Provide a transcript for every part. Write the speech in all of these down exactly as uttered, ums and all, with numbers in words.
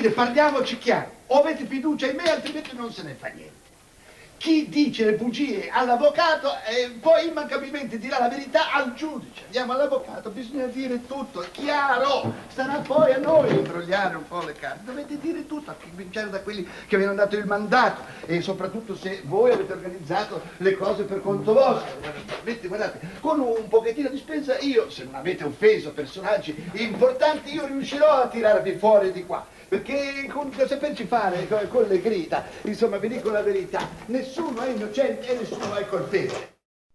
Quindi parliamoci chiaro, o avete fiducia in me, altrimenti non se ne fa niente. Chi dice le bugie all'avvocato eh, poi immancabilmente dirà la verità al giudice. Andiamo all'avvocato, bisogna dire tutto, è chiaro. Starà poi a noi imbrogliare un po' le carte. Dovete dire tutto, a cominciare da quelli che vi hanno dato il mandato e soprattutto se voi avete organizzato le cose per conto vostro. Guardate, guardate, con un pochettino di spesa io, se non avete offeso personaggi importanti, io riuscirò a tirarvi fuori di qua. Perché con, saperci fare con, con le grida, insomma, vi dico la verità, nessuno è innocente e nessuno è colpevole.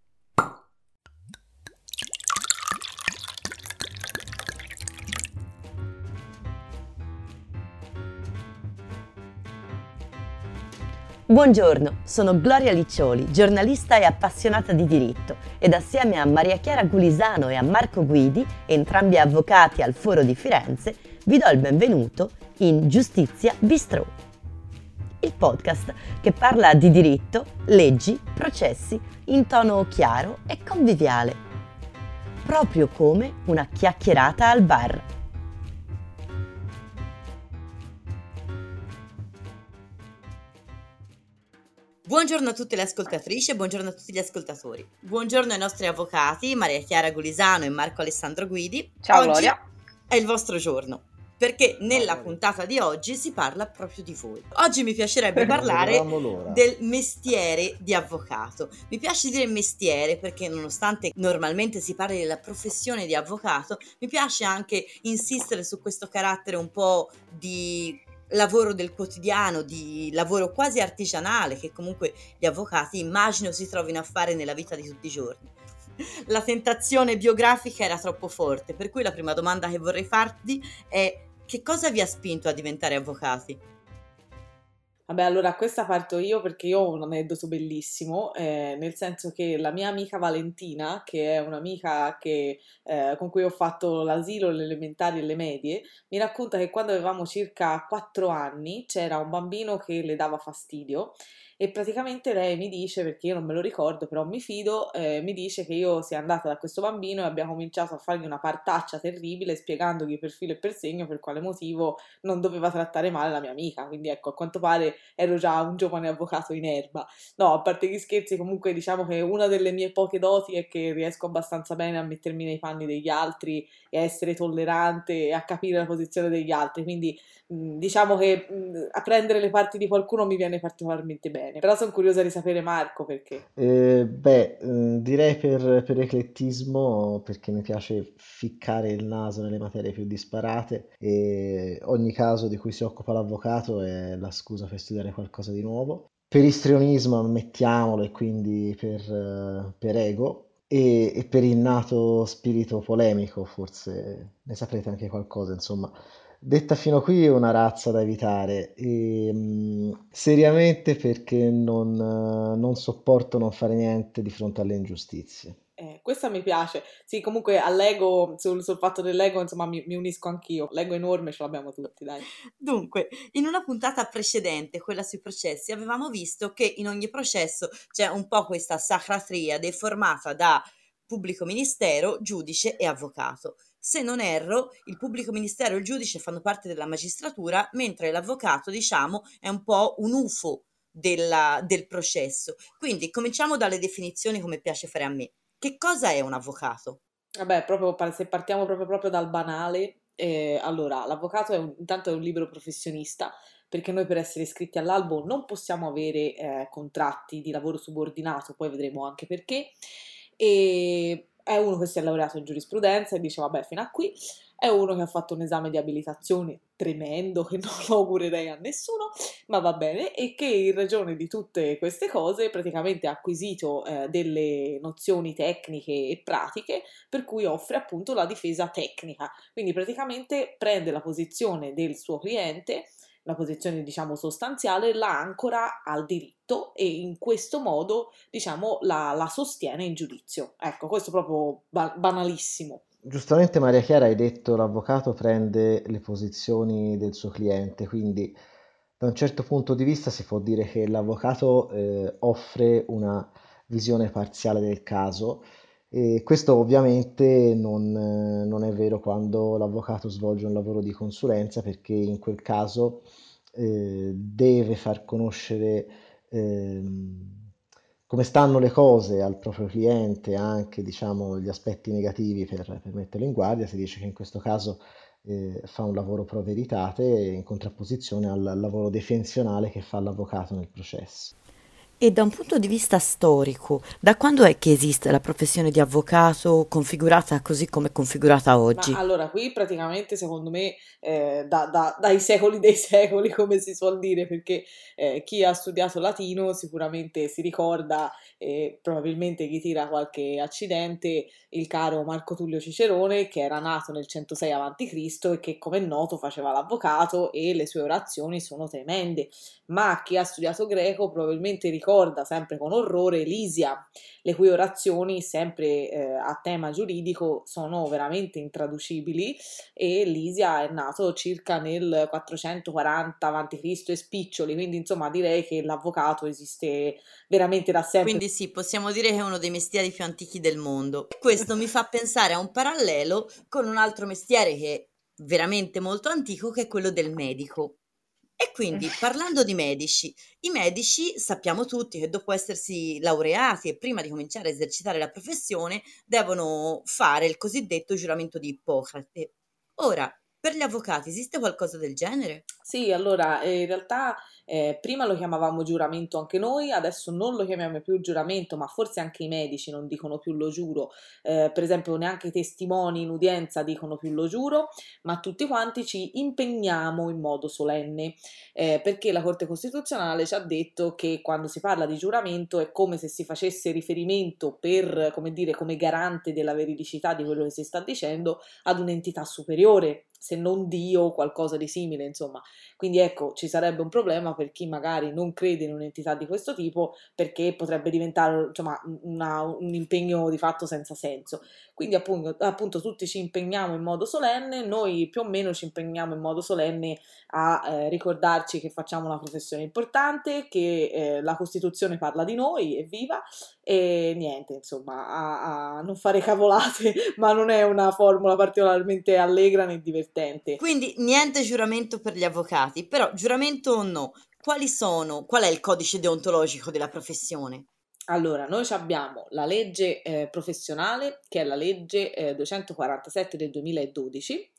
Buongiorno, sono Gloria Liccioli, giornalista e appassionata di diritto ed assieme a Maria Chiara Gulisano e a Marco Guidi, entrambi avvocati al Foro di Firenze, vi do il benvenuto in Giustizia Bistrò, il podcast che parla di diritto, leggi, processi in tono chiaro e conviviale, proprio come una chiacchierata al bar. Buongiorno a tutte le ascoltatrici e buongiorno a tutti gli ascoltatori. Buongiorno ai nostri avvocati Maria Chiara Gulisano e Marco Alessandro Guidi. Ciao Oggi Gloria. È il vostro giorno, perché nella puntata di oggi si parla proprio di voi. Oggi mi piacerebbe parlare del mestiere di avvocato. Mi piace dire mestiere perché nonostante normalmente si parli della professione di avvocato, mi piace anche insistere su questo carattere un po' di lavoro del quotidiano, di lavoro quasi artigianale che comunque gli avvocati immagino si trovino a fare nella vita di tutti i giorni. La tentazione biografica era troppo forte, per cui la prima domanda che vorrei farvi è: che cosa vi ha spinto a diventare avvocati? Vabbè, allora questa parto io perché io ho un aneddoto bellissimo, eh, nel senso che la mia amica Valentina, che è un'amica che, eh, con cui ho fatto l'asilo, le elementari e le medie, mi racconta che quando avevamo circa quattro anni c'era un bambino che le dava fastidio e praticamente lei mi dice, perché io non me lo ricordo, però mi fido, eh, mi dice che io sia andata da questo bambino e abbia cominciato a fargli una partaccia terribile spiegandogli per filo e per segno per quale motivo non doveva trattare male la mia amica, quindi ecco, a quanto pare ero già un giovane avvocato in erba. No, a parte gli scherzi, comunque diciamo che una delle mie poche doti è che riesco abbastanza bene a mettermi nei panni degli altri e a essere tollerante e a capire la posizione degli altri, quindi mh, diciamo che mh, a prendere le parti di qualcuno mi viene particolarmente bene. Però sono curiosa di sapere Marco perché. Eh, beh, eh, direi per, per eclettismo, perché mi piace ficcare il naso nelle materie più disparate e ogni caso di cui si occupa l'avvocato è la scusa per studiare qualcosa di nuovo. Per istrionismo, ammettiamolo, e quindi per, eh, per ego e, e per innato spirito polemico, forse ne saprete anche qualcosa, insomma. Detta fino qui è una razza da evitare, e, mh, seriamente perché non, eh, non sopporto non fare niente di fronte alle ingiustizie. Eh, questa mi piace. Sì, comunque all'ego, sul, sul fatto dell'ego, insomma, mi, mi unisco anch'io. L'ego enorme ce l'abbiamo tutti, dai. Dunque, in una puntata precedente, quella sui processi, avevamo visto che in ogni processo c'è un po' questa sacra triade formata da pubblico ministero, giudice e avvocato. Se non erro, il pubblico ministero e il giudice fanno parte della magistratura, mentre l'avvocato, diciamo, è un po' un U F O della- del processo. Quindi cominciamo dalle definizioni come piace fare a me. Che cosa è un avvocato? Vabbè, proprio par- se partiamo proprio, proprio dal banale, eh, allora, l'avvocato è un- intanto è un libero professionista, perché noi per essere iscritti all'albo non possiamo avere eh, contratti di lavoro subordinato, poi vedremo anche perché, e è uno che si è laureato in giurisprudenza e dice vabbè fino a qui, è uno che ha fatto un esame di abilitazione tremendo che non lo augurerei a nessuno, ma va bene, e che in ragione di tutte queste cose praticamente ha acquisito eh, delle nozioni tecniche e pratiche per cui offre appunto la difesa tecnica, quindi praticamente prende la posizione del suo cliente, la posizione diciamo sostanziale, la ancora al diritto e in questo modo diciamo la, la sostiene in giudizio. Ecco, questo proprio ba- banalissimo. Giustamente Maria Chiara hai detto l'avvocato prende le posizioni del suo cliente, quindi da un certo punto di vista si può dire che l'avvocato eh, offre una visione parziale del caso, E questo ovviamente non, eh, non è vero quando l'avvocato svolge un lavoro di consulenza, perché in quel caso eh, deve far conoscere ehm, come stanno le cose al proprio cliente, anche diciamo gli aspetti negativi per, per metterlo in guardia. Si dice che in questo caso eh, fa un lavoro pro veritate in contrapposizione al, al lavoro defensionale che fa l'avvocato nel processo. E da un punto di vista storico, da quando è che esiste la professione di avvocato configurata così come è configurata Ma oggi? allora, qui praticamente secondo me eh, da- da- dai secoli dei secoli, come si suol dire, perché eh, chi ha studiato latino sicuramente si ricorda, e probabilmente chi tira qualche accidente, il caro Marco Tullio Cicerone, che era nato nel centosei avanti Cristo e che, come è noto, faceva l'avvocato e le sue orazioni sono tremende. Ma chi ha studiato greco probabilmente ricorda sempre con orrore Lisia, le cui orazioni, sempre eh, a tema giuridico, sono veramente intraducibili, e Lisia è nato circa nel quattrocentoquaranta avanti Cristo e spiccioli, quindi insomma direi che l'avvocato esiste veramente da sempre. Quindi sì, possiamo dire che è uno dei mestieri più antichi del mondo. E questo mi fa pensare a un parallelo con un altro mestiere che è veramente molto antico, che è quello del medico. E quindi, parlando di medici, i medici sappiamo tutti che dopo essersi laureati e prima di cominciare a esercitare la professione, devono fare il cosiddetto giuramento di Ippocrate. Ora, per gli avvocati esiste qualcosa del genere? Sì, allora, eh, in realtà eh, prima lo chiamavamo giuramento anche noi, adesso non lo chiamiamo più giuramento, ma forse anche i medici non dicono più lo giuro. Eh, per esempio neanche i testimoni in udienza dicono più lo giuro, ma tutti quanti ci impegniamo in modo solenne, eh, perché la Corte Costituzionale ci ha detto che quando si parla di giuramento è come se si facesse riferimento per, come dire, come garante della veridicità di quello che si sta dicendo ad un'entità superiore, se non Dio o qualcosa di simile, insomma. Quindi ecco, ci sarebbe un problema per chi magari non crede in un'entità di questo tipo, perché potrebbe diventare, insomma, una- un impegno di fatto senza senso. Quindi appunto, appunto tutti ci impegniamo in modo solenne, noi più o meno ci impegniamo in modo solenne a eh, ricordarci che facciamo una professione importante, che eh, la Costituzione parla di noi, evviva, e niente, insomma, a, a non fare cavolate, ma non è una formula particolarmente allegra né divertente. Quindi niente giuramento per gli avvocati, però giuramento o no, quali sono, qual è il codice deontologico della professione? Allora, noi ci abbiamo la legge eh, professionale, che è la legge eh, duecentoquarantasette del duemiladodici,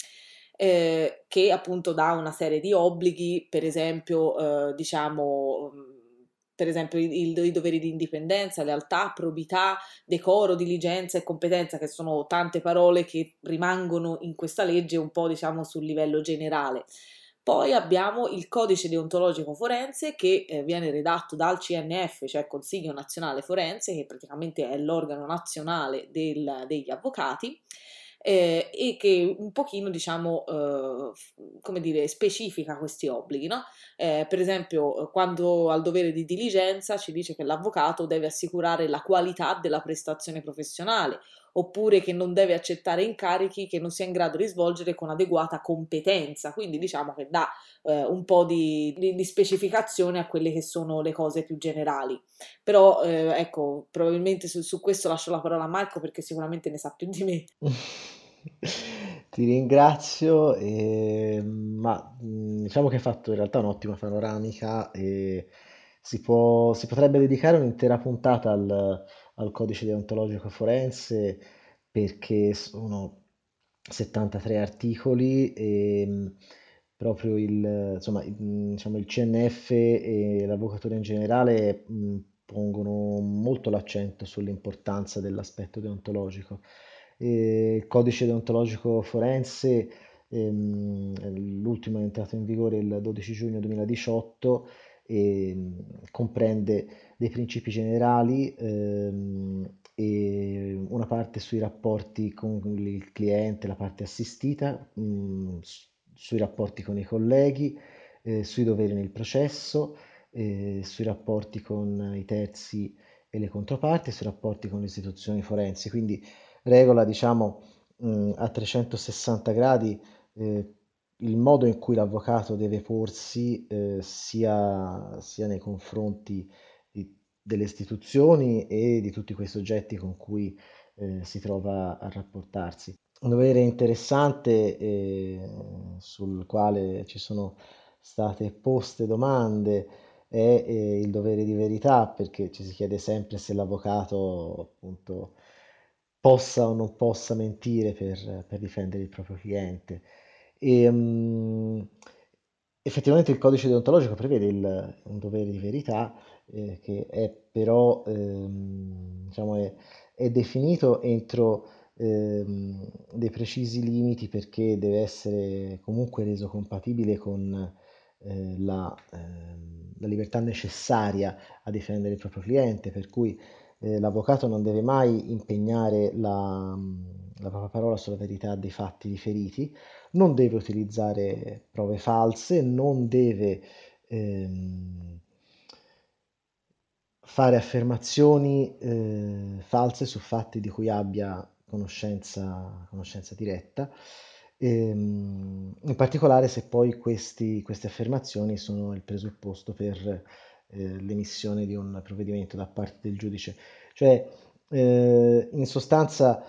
eh, che appunto dà una serie di obblighi, per esempio, eh, diciamo, mh, per esempio i, i- i doveri di indipendenza, lealtà, probità, decoro, diligenza e competenza, che sono tante parole che rimangono in questa legge un po', diciamo, sul livello generale. Poi abbiamo il codice deontologico forense che eh, viene redatto dal C N F, cioè Consiglio Nazionale Forense, che praticamente è l'organo nazionale del- degli avvocati, eh, e che un pochino, diciamo, eh, f- come dire, specifica questi obblighi, no? Eh, per esempio, quando al dovere di diligenza ci dice che l'avvocato deve assicurare la qualità della prestazione professionale, oppure che non deve accettare incarichi che non sia in grado di svolgere con adeguata competenza. Quindi diciamo che dà eh, un po' di, di- di specificazione a quelle che sono le cose più generali. Però eh, ecco, probabilmente su, su questo lascio la parola a Marco perché sicuramente ne sa più di me. Ti ringrazio, e- ma mh, diciamo che hai fatto in realtà un'ottima panoramica e si può- si potrebbe dedicare un'intera puntata al, al codice deontologico forense, perché sono settantatré articoli e mh, proprio il, insomma, il, mh, diciamo, il C N F e l'avvocatura in generale mh, pongono molto l'accento sull'importanza dell'aspetto deontologico. E il codice deontologico forense, ehm, l'ultimo è entrato in vigore il dodici giugno duemiladiciotto e mh, comprende dei principi generali ehm, e una parte sui rapporti con il cliente, la parte assistita, mh, s- sui rapporti con i colleghi, eh, sui doveri nel processo, eh, sui rapporti con i terzi e le controparti, e sui rapporti con le istituzioni forensi. Quindi regola, diciamo, mh, a trecentosessanta gradi eh, il modo in cui l'avvocato deve porsi eh, sia, sia nei confronti di- delle istituzioni e di tutti quei soggetti con cui eh, si trova a rapportarsi. Un dovere interessante eh, sul quale ci sono state poste domande è eh, il dovere di verità, perché ci si chiede sempre se l'avvocato appunto possa o non possa mentire per, per difendere il proprio cliente. E, mm, effettivamente il codice deontologico prevede il- un dovere di verità eh, che è però ehm, diciamo è, è definito entro ehm, dei precisi limiti perché deve essere comunque reso compatibile con eh, la, ehm, la libertà necessaria a difendere il proprio cliente, per cui eh, l'avvocato non deve mai impegnare la, la propria parola sulla verità dei fatti riferiti, non deve utilizzare prove false, non deve ehm, fare affermazioni eh, false su fatti di cui abbia conoscenza, conoscenza diretta, ehm, in particolare se poi questi- queste affermazioni sono il presupposto per eh, l'emissione di un provvedimento da parte del giudice. Cioè, eh, in sostanza,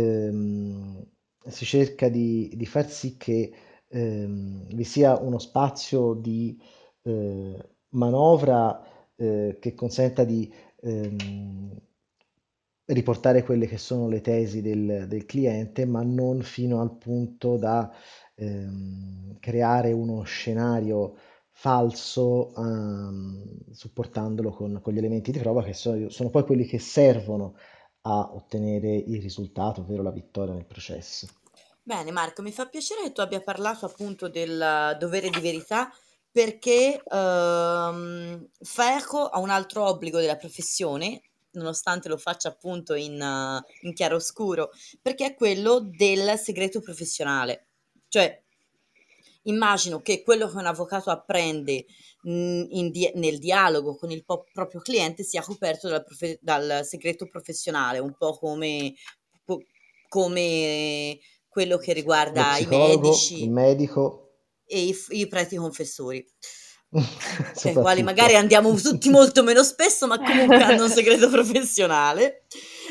ehm, si cerca di, di far sì che ehm, vi sia uno spazio di eh, manovra eh, che consenta di ehm, riportare quelle che sono le tesi del, del cliente, ma non fino al punto da ehm, creare uno scenario falso, ehm, supportandolo con, con gli elementi di prova che sono, sono poi quelli che servono a ottenere il risultato, ovvero la vittoria nel processo. Bene, Marco, mi fa piacere che tu abbia parlato appunto del dovere di verità perché ehm, Ferro ha un altro obbligo della professione, nonostante lo faccia appunto in, eh, in chiaroscuro, perché è quello del segreto professionale. Cioè, immagino che quello che un avvocato apprende mh, in di- nel dialogo con il po- proprio cliente sia coperto dal, profe- dal segreto professionale, un po' come, co- come quello che Lo riguarda i psicologo, il medici medico, e i, f- i preti confessori, dai quali magari soprattutto. andiamo tutti molto meno spesso, ma comunque hanno un segreto professionale.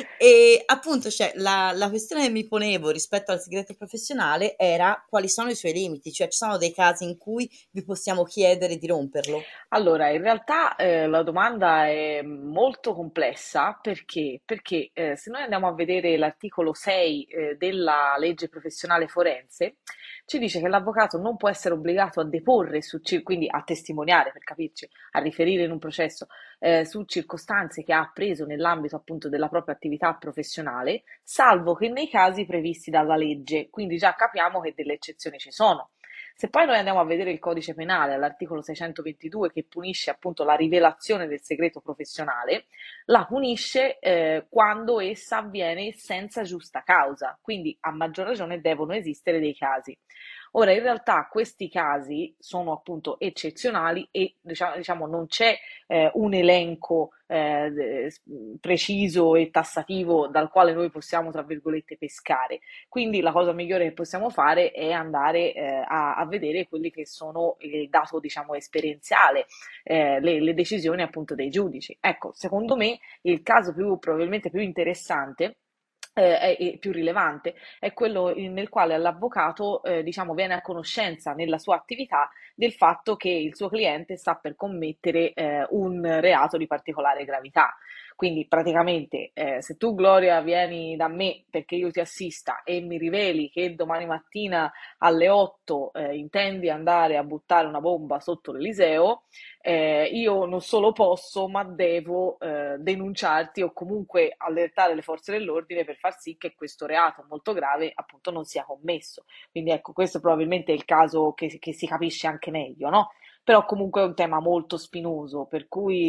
E appunto, cioè, la, la questione che mi ponevo rispetto al segreto professionale era quali sono i suoi limiti, cioè ci sono dei casi in cui vi possiamo chiedere di romperlo. Allora, in realtà eh, la domanda è molto complessa perché, perché eh, se noi andiamo a vedere l'articolo sei eh, della legge professionale forense, ci dice che l'avvocato non può essere obbligato a deporre, su, cir- quindi a testimoniare per capirci, a riferire in un processo eh, su circostanze che ha appreso nell'ambito appunto della propria attività professionale, salvo che nei casi previsti dalla legge. Quindi già capiamo che delle eccezioni ci sono. Se poi noi andiamo a vedere il codice penale all'articolo seicentoventidue che punisce appunto la rivelazione del segreto professionale, la punisce eh, quando essa avviene senza giusta causa, quindi a maggior ragione devono esistere dei casi. Ora, in realtà questi casi sono appunto eccezionali e diciamo, diciamo non c'è eh, un elenco eh, preciso e tassativo dal quale noi possiamo, tra virgolette, pescare. Quindi la cosa migliore che possiamo fare è andare eh, a, a vedere quelli che sono il dato, diciamo, esperienziale, eh, le, le decisioni appunto dei giudici. Ecco, secondo me il caso più probabilmente più interessante eh, e più rilevante è quello in- nel quale l'avvocato eh, diciamo, viene a conoscenza nella sua attività del fatto che il suo cliente sta per commettere eh, un reato di particolare gravità. Quindi praticamente eh, se tu Gloria vieni da me perché io ti assista e mi riveli che domani mattina alle otto eh, intendi andare a buttare una bomba sotto l'Eliseo, eh, io non solo posso, ma devo eh, denunciarti o comunque allertare le forze dell'ordine per far sì che questo reato molto grave appunto non sia commesso. Quindi ecco, questo probabilmente è il caso che, che si capisce anche meglio, no? Però comunque è un tema molto spinoso, per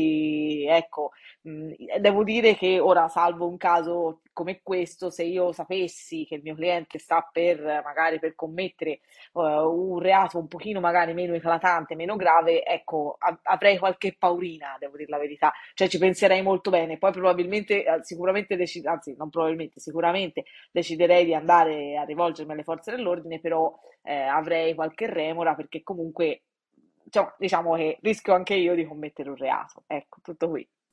cui ecco, mh, devo dire che ora, salvo un caso come questo, se io sapessi che il mio cliente sta per magari per commettere uh, un reato un pochino magari meno eclatante, meno grave, ecco, a- avrei qualche paurina, devo dire la verità, cioè ci penserei molto bene, poi probabilmente, eh, sicuramente, deci- anzi non probabilmente, sicuramente deciderei di andare a rivolgermi alle forze dell'ordine, però eh, avrei qualche remora perché comunque, diciamo, diciamo che rischio anche io di commettere un reato, ecco, tutto qui.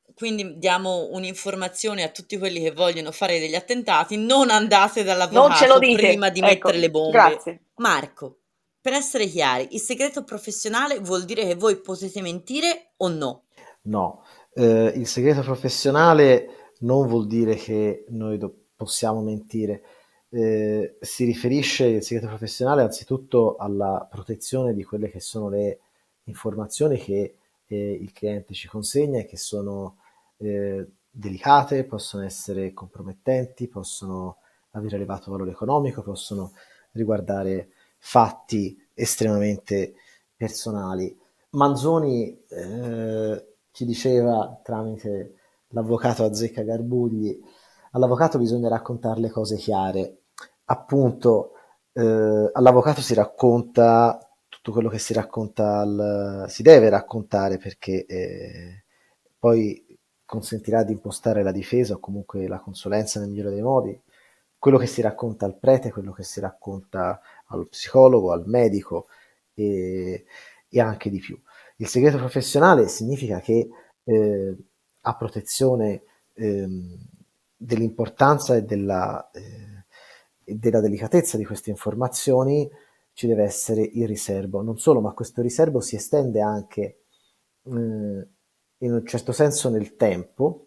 quindi diamo un'informazione a tutti quelli che vogliono fare degli attentati: non andate Non ce lo dall'avvocato dite, prima di ecco, mettere le bombe. grazie. Marco, per essere chiari, il segreto professionale vuol dire che voi potete mentire o no? No, eh, il segreto professionale non vuol dire che noi do- possiamo mentire. Eh, si riferisce il segreto professionale anzitutto alla protezione di quelle che sono le informazioni che eh, il cliente ci consegna e che sono eh, delicate, possono essere compromettenti, possono avere elevato valore economico, possono riguardare fatti estremamente personali. Manzoni eh, ci diceva tramite l'avvocato Azzecca Garbugli, all'avvocato bisogna raccontare le cose chiare. Appunto, eh, all'avvocato si racconta tutto quello che si racconta, al, si deve raccontare perché eh, poi consentirà di impostare la difesa o comunque la consulenza nel migliore dei modi. Quello che si racconta al prete, quello che si racconta allo psicologo, al medico e, e anche di più. Il segreto professionale significa che eh, a protezione ehm, dell'importanza e della, eh, e della delicatezza di queste informazioni ci deve essere il riservo. Non solo, ma questo riservo si estende anche eh, in un certo senso nel tempo,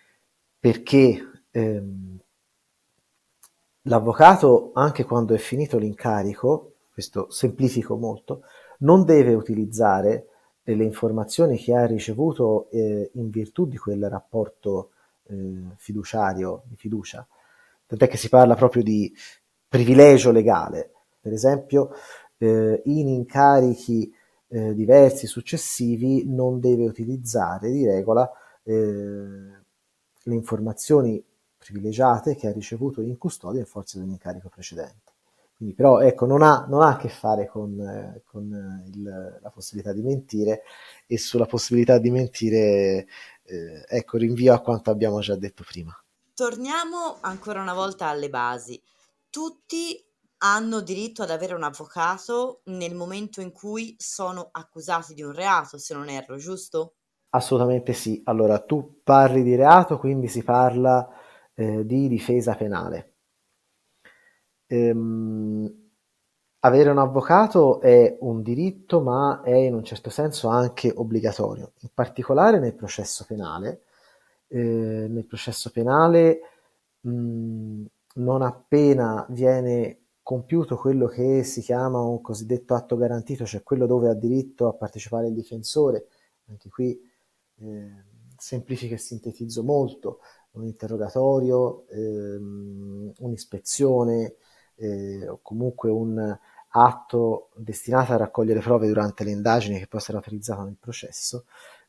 perché ehm, l'avvocato, anche quando è finito l'incarico, questo semplifico molto, non deve utilizzare eh, le informazioni che ha ricevuto eh, in virtù di quel rapporto eh, fiduciario, di fiducia. Tant'è che si parla proprio di privilegio legale. Per esempio, eh, in incarichi eh, diversi successivi non deve utilizzare di regola eh, le informazioni privilegiate che ha ricevuto in custodia in forza dell'incarico precedente. Quindi, però, ecco, non ha, non ha a che fare con, eh, con eh, il, la possibilità di mentire, e sulla possibilità di mentire, eh, ecco, rinvio a quanto abbiamo già detto prima. Torniamo ancora una volta alle basi. Tutti hanno diritto ad avere un avvocato nel momento in cui sono accusati di un reato, se non erro, giusto? Assolutamente sì. Allora, tu parli di reato, quindi si parla eh, di difesa penale. Ehm, avere un avvocato è un diritto, ma è in un certo senso anche obbligatorio, in particolare nel processo penale. Eh, nel processo penale, mh, non appena viene compiuto quello che si chiama un cosiddetto atto garantito, cioè quello dove ha diritto a partecipare il difensore, anche qui eh, semplifico e sintetizzo molto, un interrogatorio, ehm, un'ispezione, eh, o comunque un atto destinato a raccogliere prove durante le indagini che poi sarà utilizzato nel processo,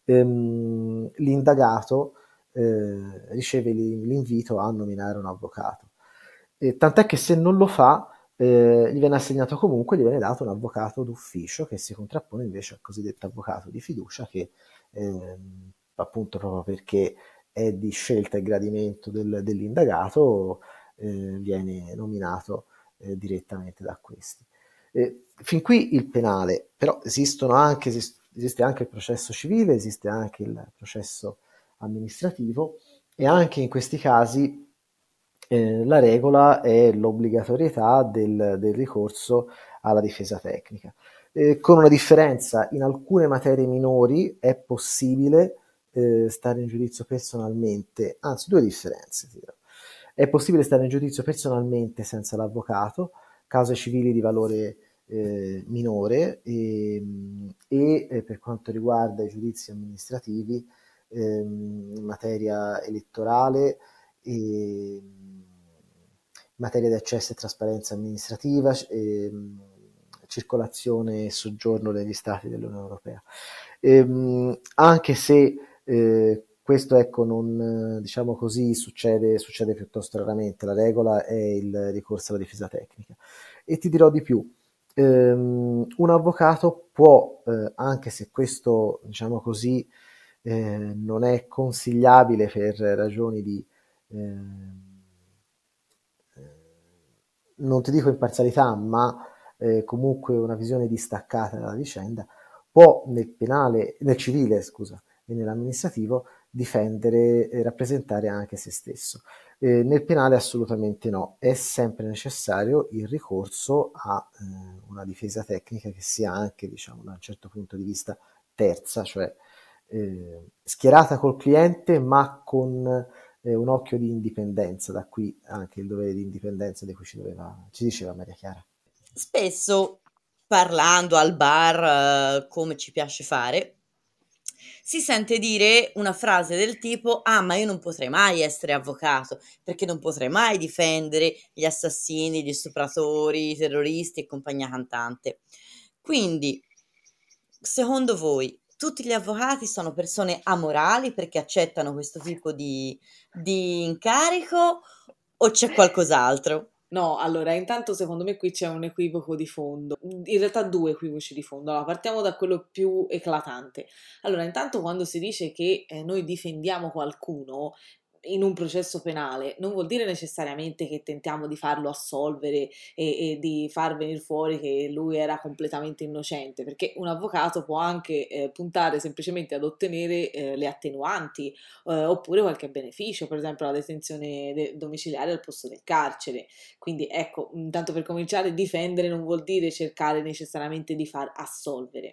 ehm, l'indagato eh, riceve l'invito a nominare un avvocato. E tant'è che se non lo fa, eh, gli viene assegnato comunque, gli viene dato un avvocato d'ufficio che si contrappone invece al cosiddetto avvocato di fiducia che eh, appunto proprio perché è di scelta e gradimento del, dell'indagato, eh, viene nominato eh, direttamente da questi. Eh, fin qui il penale, però esistono anche, esist- esiste anche il processo civile, esiste anche il processo amministrativo, e anche in questi casi eh, la regola è l'obbligatorietà del, del ricorso alla difesa tecnica. Eh, con una differenza: in alcune materie minori è possibile eh, stare in giudizio personalmente, anzi due differenze dirò. È possibile stare in giudizio personalmente senza l'avvocato, cause civili di valore eh, minore, e, e eh, per quanto riguarda i giudizi amministrativi ehm, in materia elettorale e in materia di accesso e trasparenza amministrativa, ehm, circolazione e soggiorno negli stati dell'Unione Europea. Ehm, anche se eh, questo, ecco, non, diciamo così, succede, succede piuttosto raramente, la regola è il ricorso alla difesa tecnica. E ti dirò di più, ehm, un avvocato può, eh, anche se questo, diciamo così, eh, non è consigliabile per ragioni di, eh, non ti dico imparzialità, ma eh, comunque una visione distaccata dalla vicenda, può nel penale, nel civile, scusa, e nell'amministrativo difendere e rappresentare anche se stesso. Eh, nel penale assolutamente no, è sempre necessario il ricorso a eh, una difesa tecnica che sia anche, diciamo, da un certo punto di vista terza, cioè eh, schierata col cliente ma con eh, un occhio di indipendenza, da qui anche il dovere di indipendenza di cui ci, doveva, ci diceva Maria Chiara. Spesso, parlando al bar, eh, come ci piace fare, si sente dire una frase del tipo: ah, ma io non potrei mai essere avvocato, perché non potrei mai difendere gli assassini, gli stupratori, i terroristi e compagnia cantante. Quindi, secondo voi, tutti gli avvocati sono persone amorali perché accettano questo tipo di, di incarico o c'è qualcos'altro? No, allora, intanto secondo me qui c'è un equivoco di fondo, in realtà due equivoci di fondo. Allora, partiamo da quello più eclatante. Allora, intanto quando si dice che eh, noi difendiamo qualcuno in un processo penale, non vuol dire necessariamente che tentiamo di farlo assolvere e, e di far venire fuori che lui era completamente innocente, perché un avvocato può anche eh, puntare semplicemente ad ottenere eh, le attenuanti eh, oppure qualche beneficio, per esempio la detenzione de- domiciliare al posto del carcere. Quindi ecco, intanto per cominciare, difendere non vuol dire cercare necessariamente di far assolvere.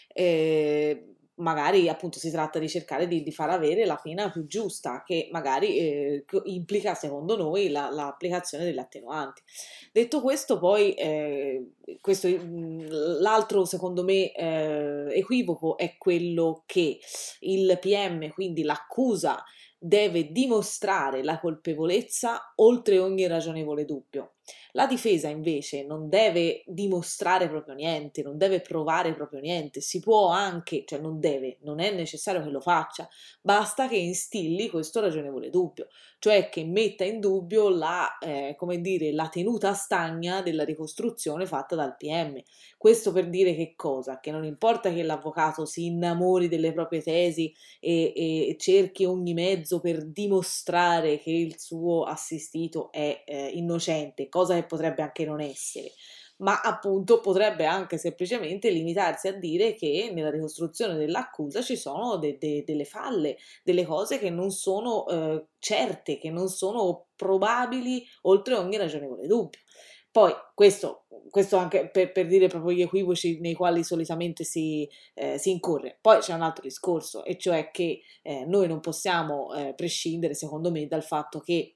Eh, magari appunto si tratta di cercare di, di far avere la pena più giusta, che magari eh, implica secondo noi la, l'applicazione delle attenuanti. Detto questo, poi eh, questo, l'altro secondo me eh, equivoco è quello che il P M, quindi l'accusa, deve dimostrare la colpevolezza oltre ogni ragionevole dubbio. La difesa invece non deve dimostrare proprio niente, non deve provare proprio niente, si può anche, cioè non deve, non è necessario che lo faccia, basta che instilli questo ragionevole dubbio, cioè che metta in dubbio la, eh, come dire, la tenuta stagna della ricostruzione fatta dal P M. Questo per dire che cosa? Che non importa che l'avvocato si innamori delle proprie tesi e, e cerchi ogni mezzo per dimostrare che il suo assistito è eh, innocente, cosa che potrebbe anche non essere, ma appunto potrebbe anche semplicemente limitarsi a dire che nella ricostruzione dell'accusa ci sono de- de- delle falle, delle cose che non sono eh, certe, che non sono probabili oltre ogni ragionevole dubbio. Poi questo, questo anche per, per dire proprio gli equivoci nei quali solitamente si, eh, si incorre. Poi c'è un altro discorso, e cioè che eh, noi non possiamo eh, prescindere, secondo me, dal fatto che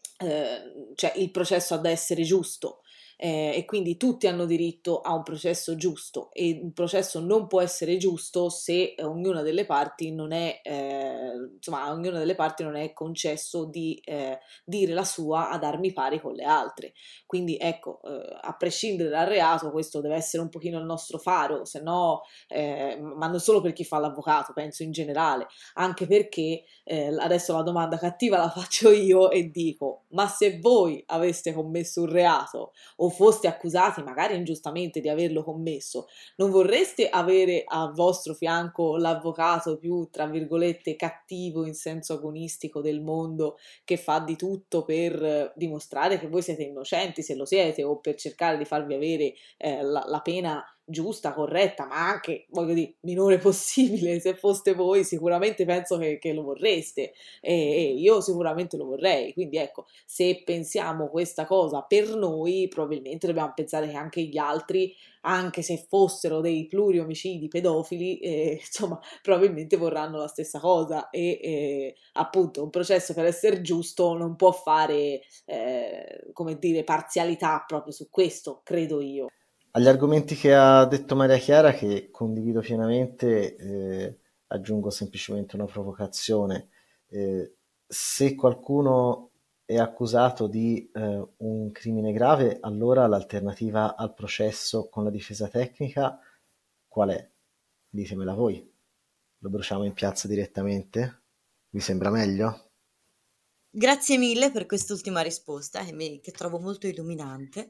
eh, cioè il processo ha da essere giusto eh, e quindi tutti hanno diritto a un processo giusto, e un processo non può essere giusto se ognuna delle parti non è eh, insomma a ognuna delle parti non è concesso di eh, dire la sua ad armi pari con le altre. Quindi ecco, eh, a prescindere dal reato, questo deve essere un pochino il nostro faro, se no eh, ma non solo per chi fa l'avvocato, penso in generale, anche perché eh, adesso la domanda cattiva la faccio io e dico: ma se voi aveste commesso un reato o foste accusati magari ingiustamente di averlo commesso, non vorreste avere al vostro fianco l'avvocato più, tra virgolette, cattivo in senso agonistico del mondo, che fa di tutto per dimostrare che voi siete innocenti, se lo siete, o per cercare di farvi avere eh, la, la pena giusta, corretta, ma anche, voglio dire, minore possibile? Se foste voi, sicuramente penso che, che lo vorreste, e, e io sicuramente lo vorrei. Quindi ecco, se pensiamo questa cosa per noi, probabilmente dobbiamo pensare che anche gli altri, anche se fossero dei pluriomicidi pedofili, eh, insomma, probabilmente vorranno la stessa cosa, e eh, appunto un processo, per essere giusto, non può fare, eh, come dire, parzialità proprio su questo, credo io. Agli argomenti che ha detto Maria Chiara, che condivido pienamente, eh, aggiungo semplicemente una provocazione. Eh, se qualcuno è accusato di eh, un crimine grave, allora l'alternativa al processo con la difesa tecnica qual è? Ditemela voi. Lo bruciamo in piazza direttamente? Vi sembra meglio? Grazie mille per quest'ultima risposta che, mi, che trovo molto illuminante.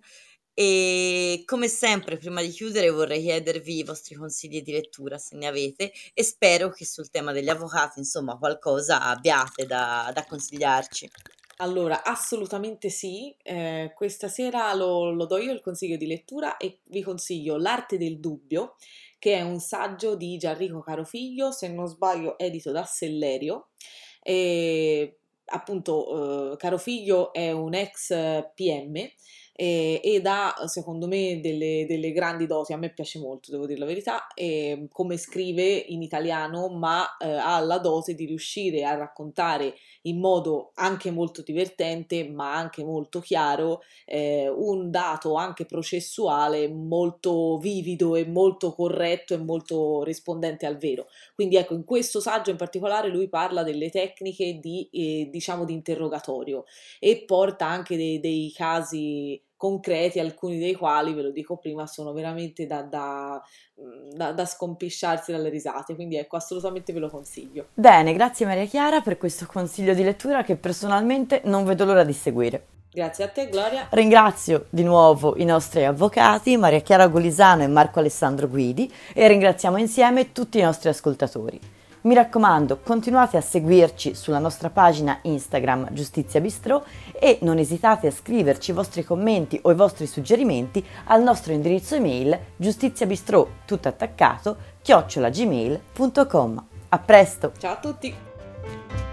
E come sempre, prima di chiudere, vorrei chiedervi i vostri consigli di lettura, se ne avete, e spero che sul tema degli avvocati, insomma, qualcosa abbiate da, da consigliarci. Allora, assolutamente sì, eh, questa sera lo, lo do io il consiglio di lettura, e vi consiglio L'arte del dubbio, che è un saggio di Gianrico Carofiglio, se non sbaglio edito da Sellerio. E appunto eh, Carofiglio è un ex P M e, ed ha secondo me delle, delle grandi doti, a me piace molto, devo dire la verità, e come scrive in italiano, ma eh, ha la dote di riuscire a raccontare in modo anche molto divertente ma anche molto chiaro eh, un dato anche processuale molto vivido e molto corretto e molto rispondente al vero. Quindi ecco, in questo saggio in particolare lui parla delle tecniche di eh, diciamo di interrogatorio e porta anche dei, dei casi concreti, alcuni dei quali, ve lo dico prima, sono veramente da, da, da, da scompisciarsi dalle risate, quindi ecco, assolutamente ve lo consiglio. Bene, grazie Maria Chiara per questo consiglio di lettura che personalmente non vedo l'ora di seguire. Grazie a te Gloria. Ringrazio di nuovo i nostri avvocati Maria Chiara Golisano e Marco Alessandro Guidi e ringraziamo insieme tutti i nostri ascoltatori. Mi raccomando, continuate a seguirci sulla nostra pagina Instagram Giustizia Bistrò e non esitate a scriverci i vostri commenti o i vostri suggerimenti al nostro indirizzo email giustiziabistrò tutto attaccato chiocciola gmail punto com. A presto! Ciao a tutti!